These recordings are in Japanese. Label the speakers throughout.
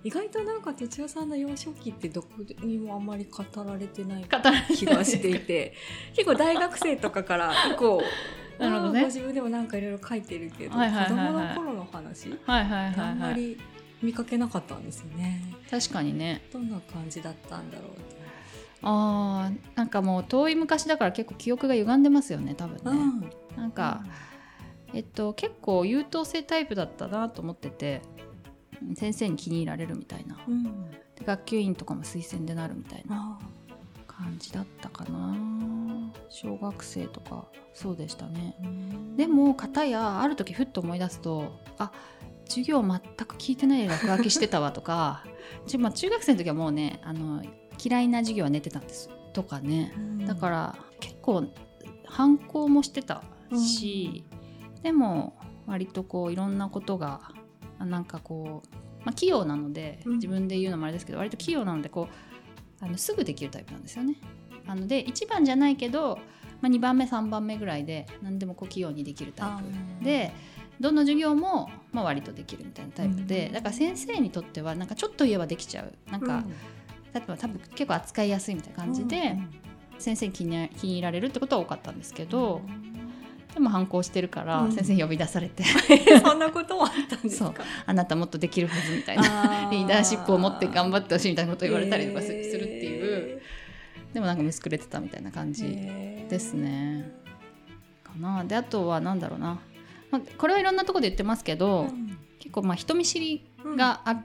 Speaker 1: 意外となんか哲代さんの幼少期ってどこにもあんまり語られてない
Speaker 2: 語られてない
Speaker 1: 気がしていて結構大学生とかから結構
Speaker 2: なるほどね、
Speaker 1: ご自分でもなんかいろいろ書いてるけど、
Speaker 2: はいはいはいはい、
Speaker 1: 子供の頃の話、
Speaker 2: はいはいはいはい、
Speaker 1: あんまり見かけなかったんですよね。
Speaker 2: 確かにね。
Speaker 1: どんな感じだったんだろうって。
Speaker 2: なんかもう遠い昔だから結構記憶が歪んでますよね多分ね、なんか、結構優等生タイプだったなと思ってて、先生に気に入られるみたいな、で学級委員とかも推薦でなるみたいな感じだったかな。小学生とかそうでしたね。でも片やある時ふっと思い出すと、授業全く聞いてないで落書きしてたわとか中学生の時はもうね嫌いな授業は寝てたんですとかね、だから結構反抗もしてたし、でも割とこういろんなことがなんかこう、器用なので、自分で言うのもあれですけど割と器用なのでこうすぐできるタイプなんですよね。で1番じゃないけど、2番目3番目ぐらいで何でもこう器用にできるタイプで、どの授業も割とできるみたいなタイプで、だから先生にとってはなんかちょっと言えばできちゃう、なんか、例えば多分結構扱いやすいみたいな感じで、先生に気に入られるってことは多かったんですけど、でも反抗してるから先生に呼び出されて、
Speaker 1: そんなこともあったんですか。
Speaker 2: そう、あなたもっとできるはずみたいなリーダーシップを持って頑張ってほしいみたいなことを言われたりとかするっていう、でもなんかむすくれてたみたいな感じですね、かな。であとはなんだろうな、これはいろんなところで言ってますけど、結構人見知りがあって、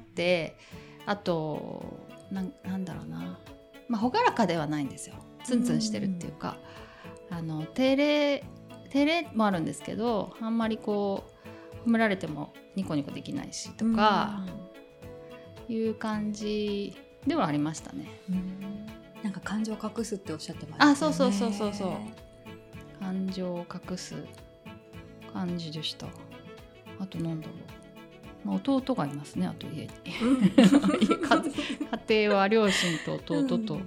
Speaker 2: あとなんだろうな、朗らかではないんですよ。ツンツンしてるっていうか、照れもあるんですけど、あんまりこう褒められてもニコニコできないしとか、いう感じではありましたね。
Speaker 1: なんか感情を隠すっておっしゃってましたよね。
Speaker 2: そう感情を隠す感じでした。あとなんだろう、弟がいますね、あと家に家庭は両親と弟とか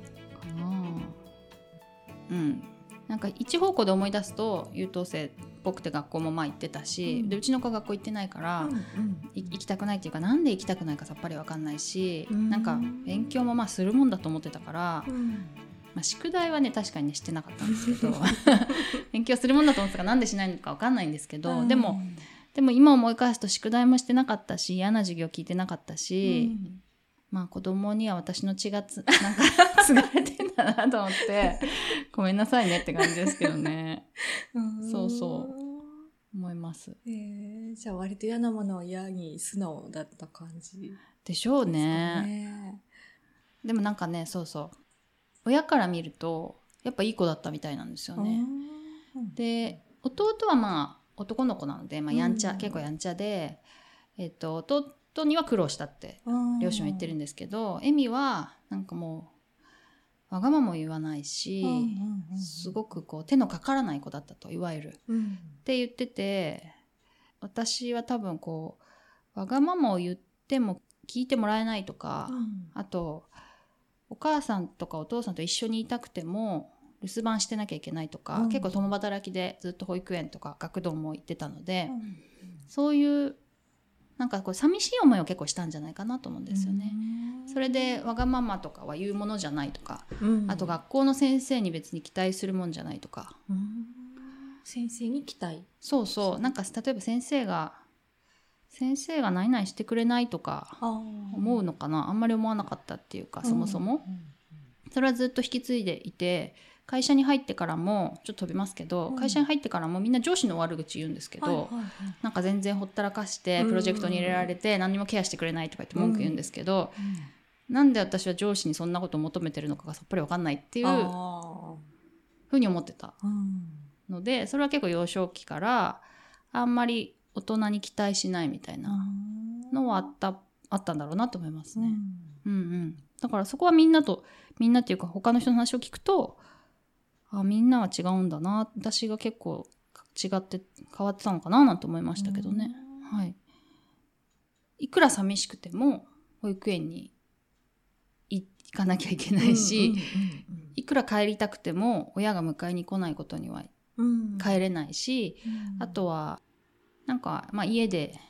Speaker 2: な。なんか一方向で思い出すと優等生っぽくて学校も行ってたし、でうちの子学校行ってないから、行きたくないっていうか、なんで行きたくないかさっぱり分かんないし、なんか勉強もするもんだと思ってたから、宿題はね確かにしてなかったんですけど勉強するもんだと思ってたからなんでしないのか分かんないんですけど、でも今思い返すと宿題もしてなかったし、嫌な授業聞いてなかったし、子供には私の血がなんか継がれてんだなと思ってごめんなさいねって感じですけどねそう思います。
Speaker 1: じゃあ割と嫌なものは嫌に素直だった感じ
Speaker 2: でしょうね。でもなんかね、そう親から見るとやっぱいい子だったみたいなんですよね。で弟は男の子なので、やんちゃ、結構やんちゃで、弟には苦労したって両親は言ってるんですけど、エミはなんかもうわがままも言わないし、すごくこう手のかからない子だったと、いわゆる、って言ってて、私は多分こうわがままを言っても聞いてもらえないとか、あとお母さんとかお父さんと一緒にいたくても留守番してなきゃいけないとか、結構共働きでずっと保育園とか学童も行ってたので、そういうなんかこう寂しい思いを結構したんじゃないかなと思うんですよね。それでわがままとかは言うものじゃないとか、あと学校の先生に別に期待するもんじゃないとか、
Speaker 1: 先生に期待、
Speaker 2: なんか例えば先生が何々してくれないとか思うのかな、あんまり思わなかったっていうか、そもそもそれはずっと引き継いでいて、会社に入ってからもちょっと飛びますけど、会社に入ってからもみんな上司の悪口言うんですけど、なんか全然ほったらかしてプロジェクトに入れられて何にもケアしてくれないとか言って文句言うんですけど、なんで私は上司にそんなことを求めてるのかがさっぱり分かんないっていうふうに思ってたので、それは結構幼少期からあんまり大人に期待しないみたいなのはあったんだろうなと思いますね。だからそこはみんなっていうか他の人の話を聞くと、みんなは違うんだな、私が結構違って変わってたのかななんて思いましたけどね。いくら寂しくても保育園に行かなきゃいけないし、いくら帰りたくても親が迎えに来ないことには帰れないし、あとはなんか、家で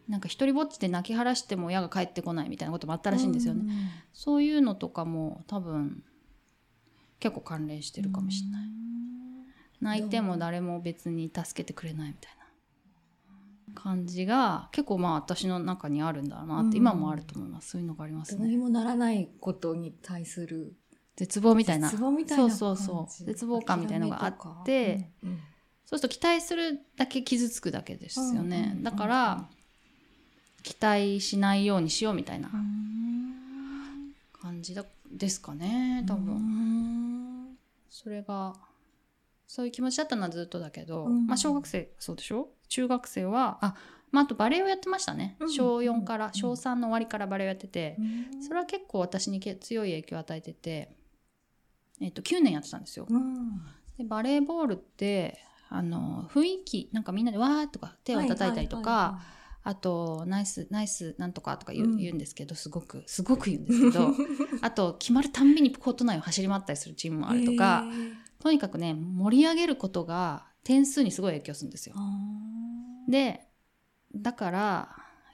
Speaker 2: なんか一人ぼっちで泣き晴らしても親が帰ってこないみたいなこともあったらしいんですよね、そういうのとかも多分結構関連してるかもしれない。泣いても誰も別に助けてくれないみたいな感じが結構まあ私の中にあるんだなって、今もあると思います。そういうのがありますね。
Speaker 1: どうにもならないことに対する
Speaker 2: 絶望みたいな、
Speaker 1: そう
Speaker 2: 絶望感みたいなのがあって、そうすると期待するだけ傷つくだけですよね、だから期待しないようにしようみたいな感じですかね多分。それがそういう気持ちだったのはずっとだけど、まあ、小学生そうでしょ。中学生はまあ、あとバレエをやってましたね、小4から小3の終わりからバレエをやってて、それは結構私に強い影響を与えてて、9年やってたんですよ、でバレーボールって雰囲気なんかみんなでわーとか手を叩いたりとか、あとナイスなんとかとか言うんですけど、すごく言うんですけどあと決まるたんびにコート内を走り回ったりするチームもあるとか、とにかくね盛り上げることが点数にすごい影響するんですよ。でだから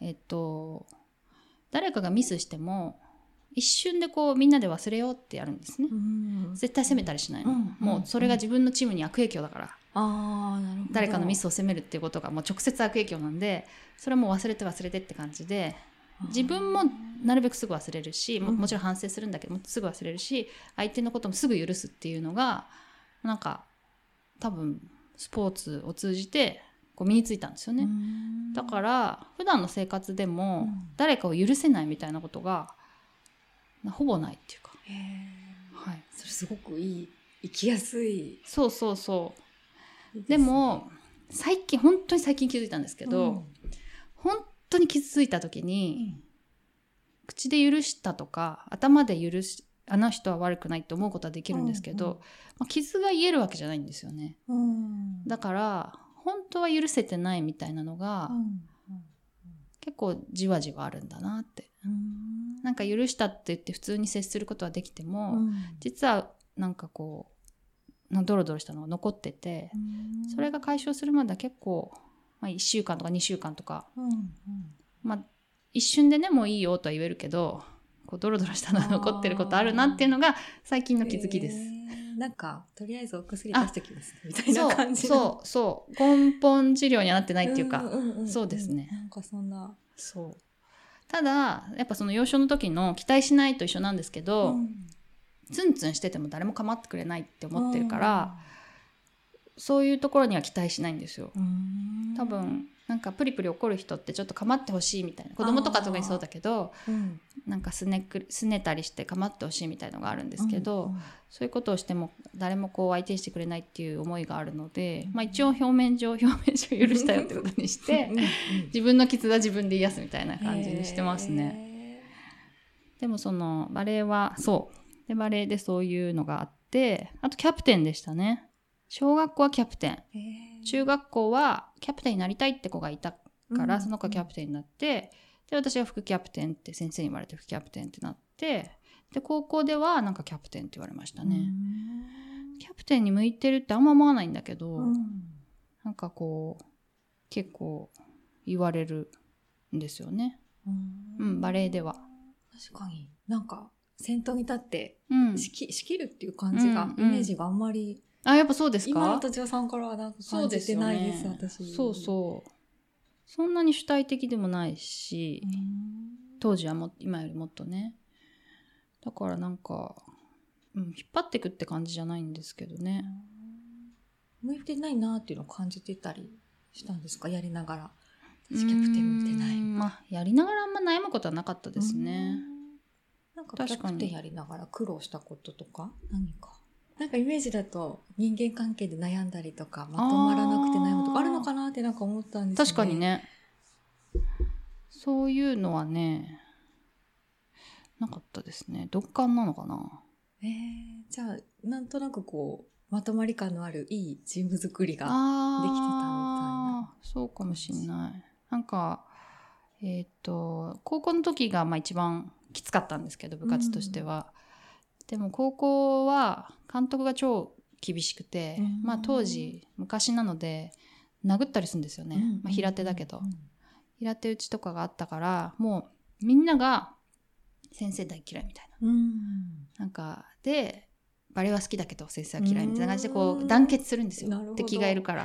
Speaker 2: 誰かがミスしても一瞬でこうみんなで忘れようってやるんですね、絶対責めたりしないの、もうそれが自分のチームに悪影響だから、
Speaker 1: なるほど。
Speaker 2: 誰かのミスを責めるっていうことがもう直接悪影響なんで、それはもう忘れてって感じで、自分もなるべくすぐ忘れるし、もちろん反省するんだけどもすぐ忘れるし、相手のこともすぐ許すっていうのがなんか多分スポーツを通じてこう身についたんですよね。だから普段の生活でも誰かを許せないみたいなことがほぼないっていうか、はい、
Speaker 1: それすごくいい、生きやすい。
Speaker 2: そういいですね。でも本当に最近気づいたんですけど、本当に傷ついた時に、口で許したとか頭であの人は悪くないって思うことはできるんですけど、まあ、傷が癒えるわけじゃないんですよね、だから本当は許せてないみたいなのが、結構じわじわあるんだなって、なんか許したって言って普通に接することはできても、実はなんかこうドロドロしたのが残ってて、それが解消するまでは結構、まあ、1週間とか2週間とか、まあ、一瞬でねもういいよとは言えるけど、こうドロドロしたのが残ってることあるなっていうのが最近の気づきです。
Speaker 1: なんかとりあえずお薬出してきますみたいな感じ
Speaker 2: の。そう根本治療にはなってないっていうか、そうですね。
Speaker 1: なんかそんな。
Speaker 2: そう。ただやっぱその幼少の時の期待しないと一緒なんですけど、ツンツンしてても誰も構ってくれないって思ってるから、そういうところには期待しないんですよ。多分なんかプリプリ怒る人ってちょっと構ってほしいみたいな、子供とか特にそうだけど、なんかすねたりして構ってほしいみたいなのがあるんですけど、そういうことをしても誰もこう相手にしてくれないっていう思いがあるので、まあ、一応表面上許したよってことにして自分の傷は自分で癒すみたいな感じにしてますね。でもそのバレエはでバレエでそういうのがあって、あとキャプテンでしたね。小学校はキャプテン、中学校はキャプテンになりたいって子がいたから、その子がキャプテンになって、で私は副キャプテンって先生に言われて副キャプテンってなって、で高校ではなんかキャプテンって言われましたね。キャプテンに向いてるってあんま思わないんだけど、なんかこう結構言われるんですよね、バレエでは。
Speaker 1: 確かになんか先頭に立って仕切るっていう感じが、イメージがあんまり、
Speaker 2: やっぱそうですか。
Speaker 1: 今のとちおさんからはなんか感じてないです、私。
Speaker 2: そんなに主体的でもないし、当時は今よりもっとね。だからなんか、引っ張ってくって感じじゃないんですけどね。
Speaker 1: 向いてないなっていうのを感じてたりしたんですか、やりながら。私キャプテン向いてない。
Speaker 2: まあ、やりながらあんま悩むことはなかったですね。
Speaker 1: なんかキャプテンやりながら苦労したこととか何か。なんかイメージだと人間関係で悩んだりとかまとまらなくて悩むとかあるのかなってなんか思ったんですよね。
Speaker 2: 確かにね。そういうのはねなかったですね。鈍感なのかな。
Speaker 1: じゃあなんとなくこうまとまり感のあるいいチーム作りができてたみたいな。
Speaker 2: そうかもしんない。なんか高校の時が一番きつかったんですけど、部活としては、でも高校は監督が超厳しくて、当時昔なので殴ったりするんですよね、平手だけど、 平手打ちとかがあったから、もうみんなが先生大嫌いみたいな、なんかでバレエは好きだけど先生は嫌いみたいな感じでこう団結するんですよ、敵がいるから、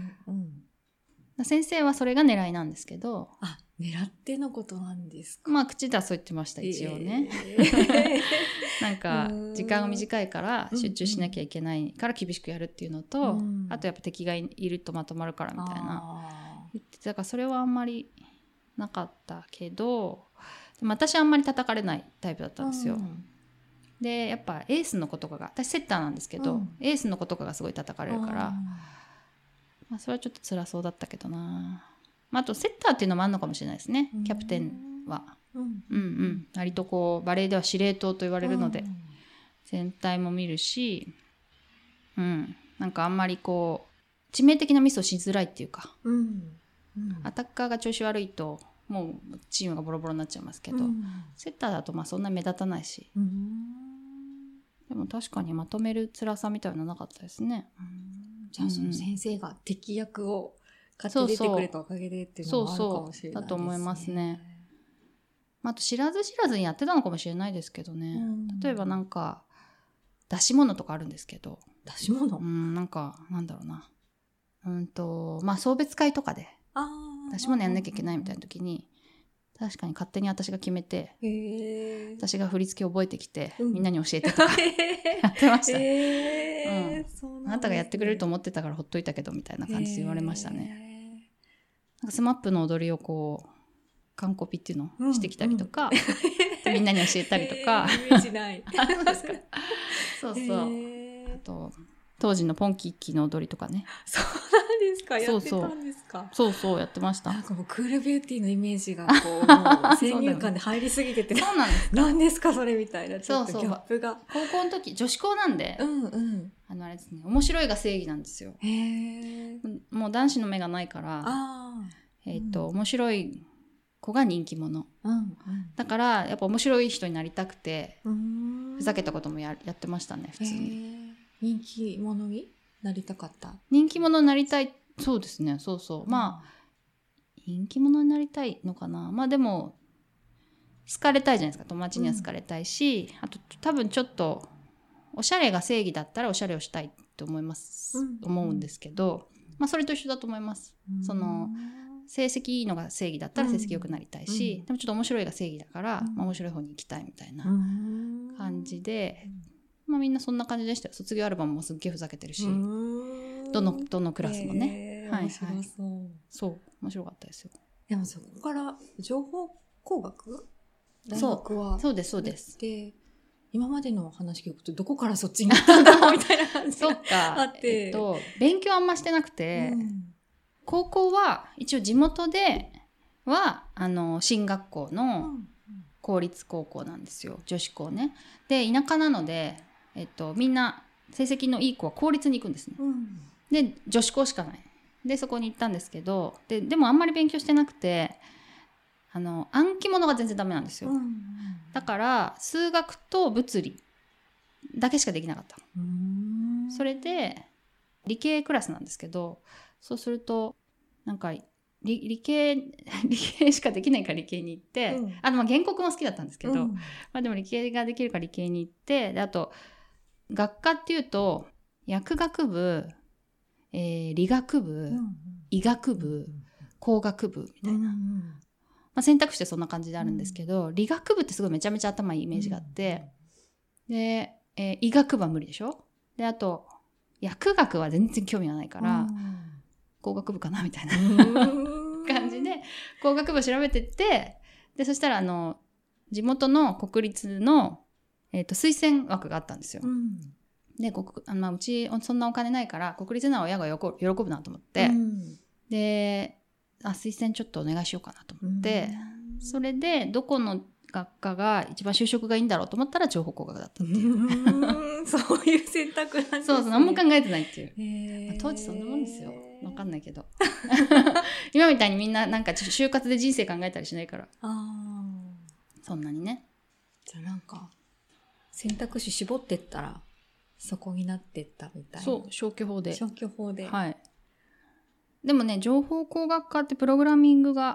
Speaker 2: 先生はそれが狙いなんですけど。
Speaker 1: あ、狙ってのことなんですか。
Speaker 2: まあ口ではそう言ってました、一応ね。なんか時間が短いから集中しなきゃいけないから厳しくやるっていうのと、あとやっぱ敵がいるとまとまるからみたいな言ってたから、それはあんまりなかったけど、でも私はあんまり叩かれないタイプだったんですよ。でやっぱエースの子とかが、私セッターなんですけど、エースの子とかがすごい叩かれるから、まあ、それはちょっと辛そうだったけどな。まあ、あとセッターっていうのもあるのかもしれないですね、キャプテンは。割とこうバレエでは司令塔と言われるので、全体も見るし、なんかあんまりこう致命的なミスをしづらいっていうか、アタッカーが調子悪いともうチームがボロボロになっちゃいますけど、セッターだとまあそんな目立たないし、でも確かにまとめる辛さみたいなのなかったですね。
Speaker 1: じゃあその先生が敵役を買って出てくれたおかげでっていうのもあるかもしれないですね。
Speaker 2: だと思いますね。あと知らず知らずにやってたのかもしれないですけどね、例えばなんか出し物とかあるんですけど。
Speaker 1: 出し物？
Speaker 2: なんかなんだろうな、まあ送別会とかで出し物やんなきゃいけないみたいな時に、確かに勝手に私が決めて、私が振り付け覚えてきて、みんなに教えてとかやってました。あなたがやってくれると思ってたからほっといたけどみたいな感じで言われましたね。なんかスマップの踊りをこう完コピっていうのをしてきたりとか、みんなに教えたりとか、
Speaker 1: イメージない
Speaker 2: そうそう、あと当時のポンキッキーの踊りとかね。
Speaker 1: そうなんですか、やってたんですか。
Speaker 2: そうやってました。
Speaker 1: なんかもうクールビューティーのイメージがこうもう先入観で入りすぎてて
Speaker 2: そうなんですか。
Speaker 1: 何ですかそれみたいな、ちょっとギャップが。
Speaker 2: 高校の時女子校なんで、あれですね、面白いが正義なんですよ。もう男子の目がないから、面白い子が人気者、だからやっぱ面白い人になりたくて、ふざけたこともやってましたね、普通に。
Speaker 1: 人気者になりたかった。
Speaker 2: 人気者になりたい。そうですね、まあ人気者になりたいのかな。まあでも好かれたいじゃないですか、友達には好かれたいし、あと多分ちょっとおしゃれが正義だったらおしゃれをしたいと思うんですけど、まあそれと一緒だと思います。その成績いいのが正義だったら成績良くなりたいし、でもちょっと面白いが正義だから、まあ、面白い方に行きたいみたいな感じで、まあみんなそんな感じでしたよ。卒業アルバムもすっげえふざけてるし、どのクラスもね、
Speaker 1: 面白そう。
Speaker 2: そう面白かったですよ。
Speaker 1: でもそこから情報工学大学は
Speaker 2: そうです
Speaker 1: で、今までの話聞くとどこからそっちに行ったんだろうみたいな感じがあって、
Speaker 2: 勉強あんましてなくて、高校は一応地元では進学校の公立高校なんですよ、女子校ね。で田舎なので、みんな成績のいい子は公立に行くんですね、で女子校しかないでそこに行ったんですけど、でもあんまり勉強してなくて、暗記物が全然ダメなんですよ、だから数学と物理だけしかできなかった。それで理系クラスなんですけど、そうするとなんか理系しかできないから理系に行って、まあ原告も好きだったんですけど、まあ、でも理系ができるから理系に行って、であと学科っていうと薬学部、理学部、医学部、工学部みたいな、まあ、選択肢ってそんな感じであるんですけど、理学部ってすごいめちゃめちゃ頭いいイメージがあって、で、医学部は無理でしょ。であと薬学は全然興味がないから、工学部かなみたいな感じで工学部調べてって、でそしたら地元の国立の、推薦枠があったんですよ、でうちそんなお金ないから国立なら親が喜ぶなと思って、で推薦ちょっとお願いしようかなと思って、それでどこの学科が一番就職がいいんだろうと思ったら情報工学だったっていう
Speaker 1: そういう選択なんですね。
Speaker 2: そう何も考えてないっていう、当時そんなもんですよ、分かんないけど今みたいにみんななんか就活で人生考えたりしないから、そんなにね。
Speaker 1: じゃあなんか選択肢絞ってったらそこになってったみたいな。
Speaker 2: そう、消去法で、
Speaker 1: はい。
Speaker 2: でもね、情報工学科ってプログラミングが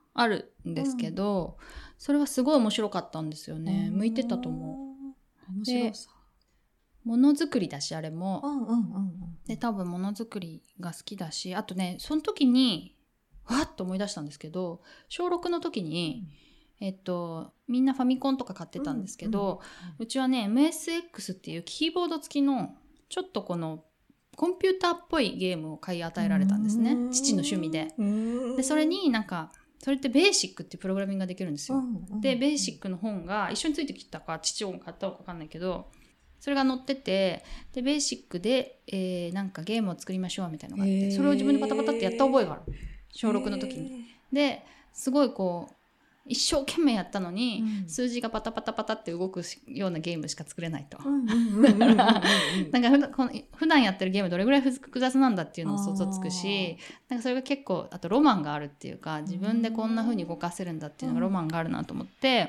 Speaker 2: あるんですけど、それはすごい面白かったんですよね。向いてたと思う。
Speaker 1: 面白さ。
Speaker 2: ものづくりだし、あれも。
Speaker 1: うんうんうんうん、
Speaker 2: で、多分ものづくりが好きだし、あとね、その時に、わっと思い出したんですけど、小6の時に、みんなファミコンとか買ってたんですけど、うちはね、MSX っていうキーボード付きの、ちょっとこの、コンピューターっぽいゲームを買い与えられたんですね。父の趣味で。で、それになんか、それってベーシックっていうプログラミングができるんですよ。で、ベーシックの本が一緒についてきたか、父を買ったのか分かんないけど、それが載ってて、で、ベーシックで、なんかゲームを作りましょうみたいなのがあって、それを自分でパタパタってやった覚えがある。小6の時に。で、すごいこう、一生懸命やったのに、数字がパタパタパタって動くようなゲームしか作れないと。なんか普段やってるゲームどれぐらい複雑なんだっていうのも想像つくし、なんかそれが結構、あとロマンがあるっていうか、自分でこんな風に動かせるんだっていうのがロマンがあるなと思って、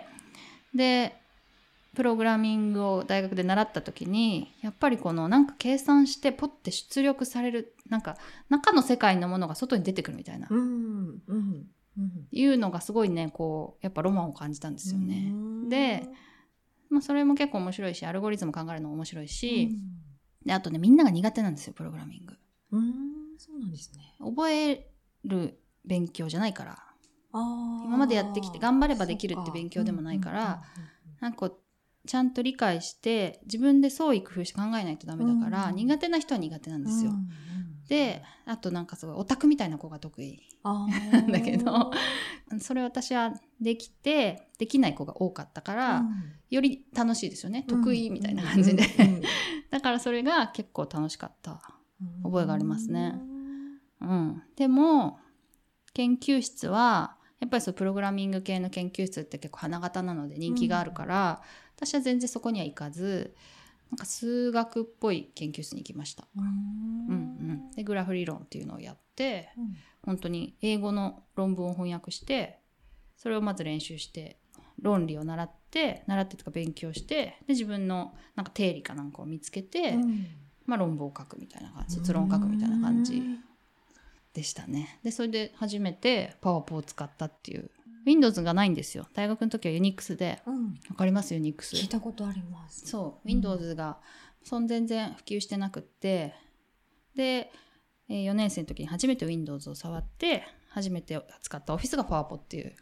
Speaker 2: で、プログラミングを大学で習った時に、やっぱりこのなんか計算してポッて出力される、なんか中の世界のものが外に出てくるみたいな。いうのがすごいね、こうやっぱロマンを感じたんですよね。で、まあ、それも結構面白いし、アルゴリズム考えるのも面白いし、であとね、みんなが苦手なんですよ、プログラミング。
Speaker 1: そうなんですね。
Speaker 2: 覚える勉強じゃないから、今までやってきて頑張ればできるって勉強でもないから、なんかちゃんと理解して自分で創意工夫して考えないとダメだから、苦手な人は苦手なんですよ。で、あとなんかすごいオタクみたいな子が得意なんだけど、それ私はできてできない子が多かったから、より楽しいですよね、得意みたいな感じで、だからそれが結構楽しかった覚えがありますね。でも研究室はやっぱりそうプログラミング系の研究室って結構花形なので人気があるから、私は全然そこには行かず、なんか数学っぽい研究室に行きました。でグラフ理論っていうのをやって、本当に英語の論文を翻訳して、それをまず練習して論理を習ってとか勉強して、で自分のなんか定理かなんかを見つけて、まあ、論文を書くみたいな感じ、卒論を書くみたいな感じでしたね。でそれで初めてパワーポを使ったっていう。Windows がないんですよ。大学の時は Unix で、わかります Unix？
Speaker 1: 聞いたことあります。
Speaker 2: そう、Windows が全然普及してなくって、で、4年生の時に初めて Windows を触って、初めて使った Office がパワポっていう。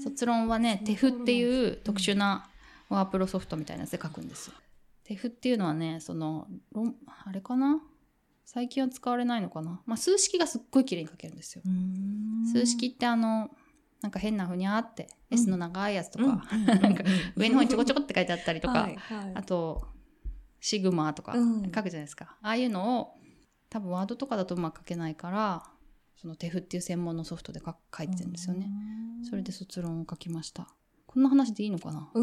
Speaker 2: 卒論はね、テフっていう特殊なワープロソフトみたいなやつで書くんですよ。テフっていうのはね、あれかな？最近は使われないのかな、まあ、数式がすっごい綺麗に書けるんですよ。数式ってなんか変なふにゃーって、S の長いやつとか、なんか上の方にちょこちょこって書いてあったりとか、あとシグマとか書くじゃないですか、ああいうのを多分ワードとかだとうまく書けないから、そのテフっていう専門のソフトで書いてるんですよね。それで卒論を書きました。こんな話でいいのかな？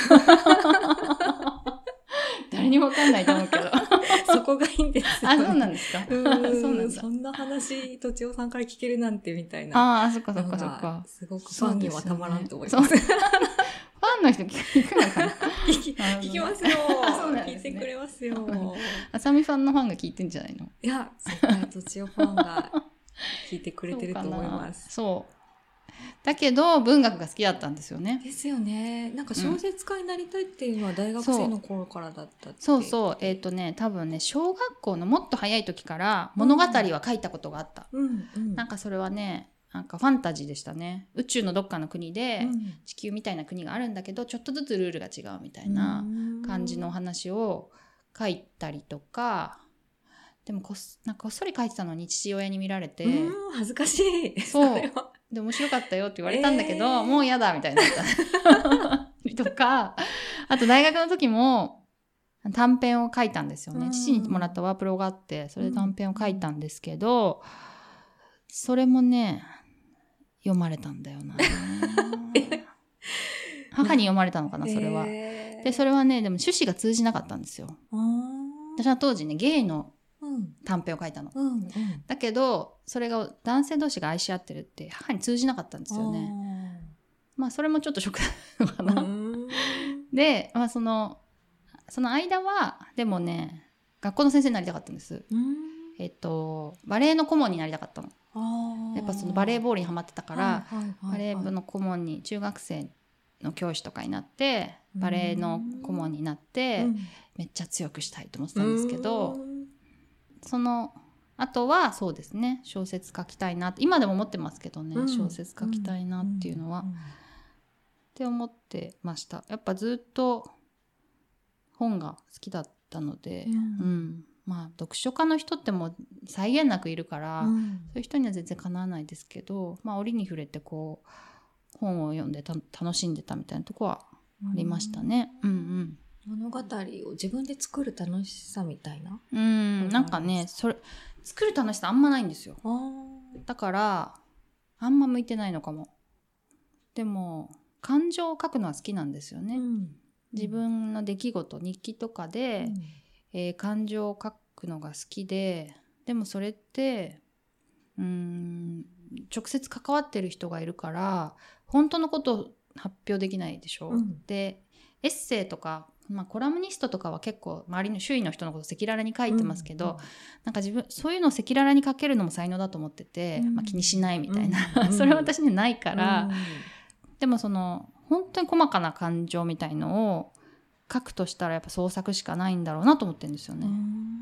Speaker 2: 誰にも分かんないと思うけど
Speaker 1: そこがいいんですよ、
Speaker 2: ね。あ、そうなんですか。そうなんだ。
Speaker 1: そんな話、とちおさんから聞けるなんてみたいな。
Speaker 2: そっかそっかそっか。
Speaker 1: すごくファンにはたまらんと思います。
Speaker 2: ファンの人聞くのかな？
Speaker 1: 聞きますよ。
Speaker 2: そうなんですね。
Speaker 1: 聞いてくれますよ。
Speaker 2: あさみさんのファンが聞いてんじゃないの？
Speaker 1: いや、絶対とちおファンが聞いてくれてると思います。
Speaker 2: そうだけど文学が好きだったんですよね。
Speaker 1: ですよね。なんか小説家になりたいっていうのは大学生の頃からだったって。
Speaker 2: そう多分ね、小学校のもっと早い時から物語は書いたことがあった。なんかそれはね、なんかファンタジーでしたね。宇宙のどっかの国で地球みたいな国があるんだけど、ちょっとずつルールが違うみたいな感じのお話を書いたりとか。でもなんかこっそり書いてたのに父親に見られて、
Speaker 1: 恥ずかしい。
Speaker 2: そうで面白かったよって言われたんだけど、もう嫌だみたいになったとか、あと大学の時も短編を書いたんですよね。父にもらったワープロがあって、それで短編を書いたんですけど、それもね読まれたんだよな母に読まれたのかな、それは。でそれはね、でも趣旨が通じなかったんですよ。私は当時ね、ゲイの短編を書いたの、だけどそれが男性同士が愛し合ってるって母に通じなかったんですよね。まあそれもちょっとショックだったのかなで、まあ、その間はでもね、学校の先生になりたかったんです。 バレエの顧問になりたかったの。
Speaker 1: あ
Speaker 2: やっぱそのバレーボールにハマってたから、
Speaker 1: はいはいはいはい、
Speaker 2: バレー部の顧問に中学生の教師とかになってバレーの顧問になって、めっちゃ強くしたいと思ってたんですけど、そのあとはそうですね、小説書きたいなって今でも思ってますけどね、小説書きたいなっていうのは、って思ってました。やっぱずっと本が好きだったので、まあ読書家の人ってもう際限なくいるから、そういう人には全然かなわないですけど、まあ折に触れてこう本を読んで楽しんでたみたいなとこはありましたね。
Speaker 1: 物語を自分で作る楽しさみたいな。
Speaker 2: なんかね、それ作る楽しさあんまないんですよ。だからあんま向いてないのかも。でも感情を書くのは好きなんですよね。自分の出来事、日記とかで、感情を書くのが好きで、でもそれって直接関わってる人がいるから本当のことを発表できないでしょ、でエッセイとか、コラムニストとかは結構周りの周囲の人のことを赤裸々に書いてますけど、なんか自分そういうのを赤裸々に書けるのも才能だと思ってて、気にしないみたいな、それは私にはないから、でもその本当に細かな感情みたいのを書くとしたらやっぱ創作しかないんだろうなと思ってるんですよね。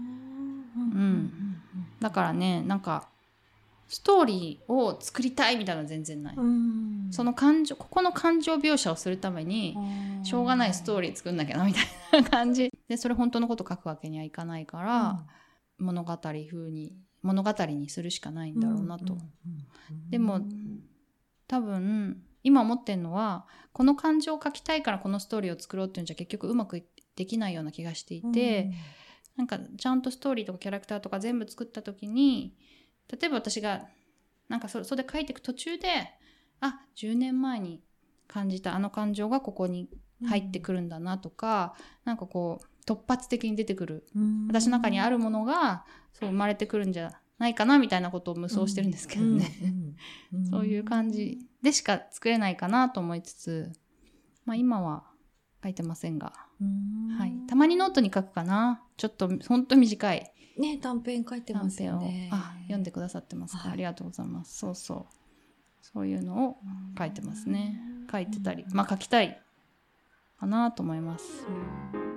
Speaker 2: だからね、なんかストーリーを作りたいみたいなのは全然ない。その感情、ここの感情描写をするためにしょうがないストーリー作んなきゃなみたいな感じで、それ本当のこと書くわけにはいかないから、物語にするしかないんだろうなと。でも多分今思ってるのは、この感情を書きたいからこのストーリーを作ろうっていうんじゃ結局うまくできないような気がしていて、なんかちゃんとストーリーとかキャラクターとか全部作った時に、例えば私がなんかそれで書いていく途中で、10年前に感じたあの感情がここに入ってくるんだなとか、なんかこう突発的に出てくる、私の中にあるものがそう生まれてくるんじゃないかなみたいなことを無双してるんですけどね、そういう感じでしか作れないかなと思いつつ、今は書いてませんが、たまにノートに書くかな。ちょっとほんと短い
Speaker 1: ね、短編書いてますよね。
Speaker 2: 読んでくださってますか、ありがとうございます。そういうのを書いてますね。書いてたり、書きたいかなと思います。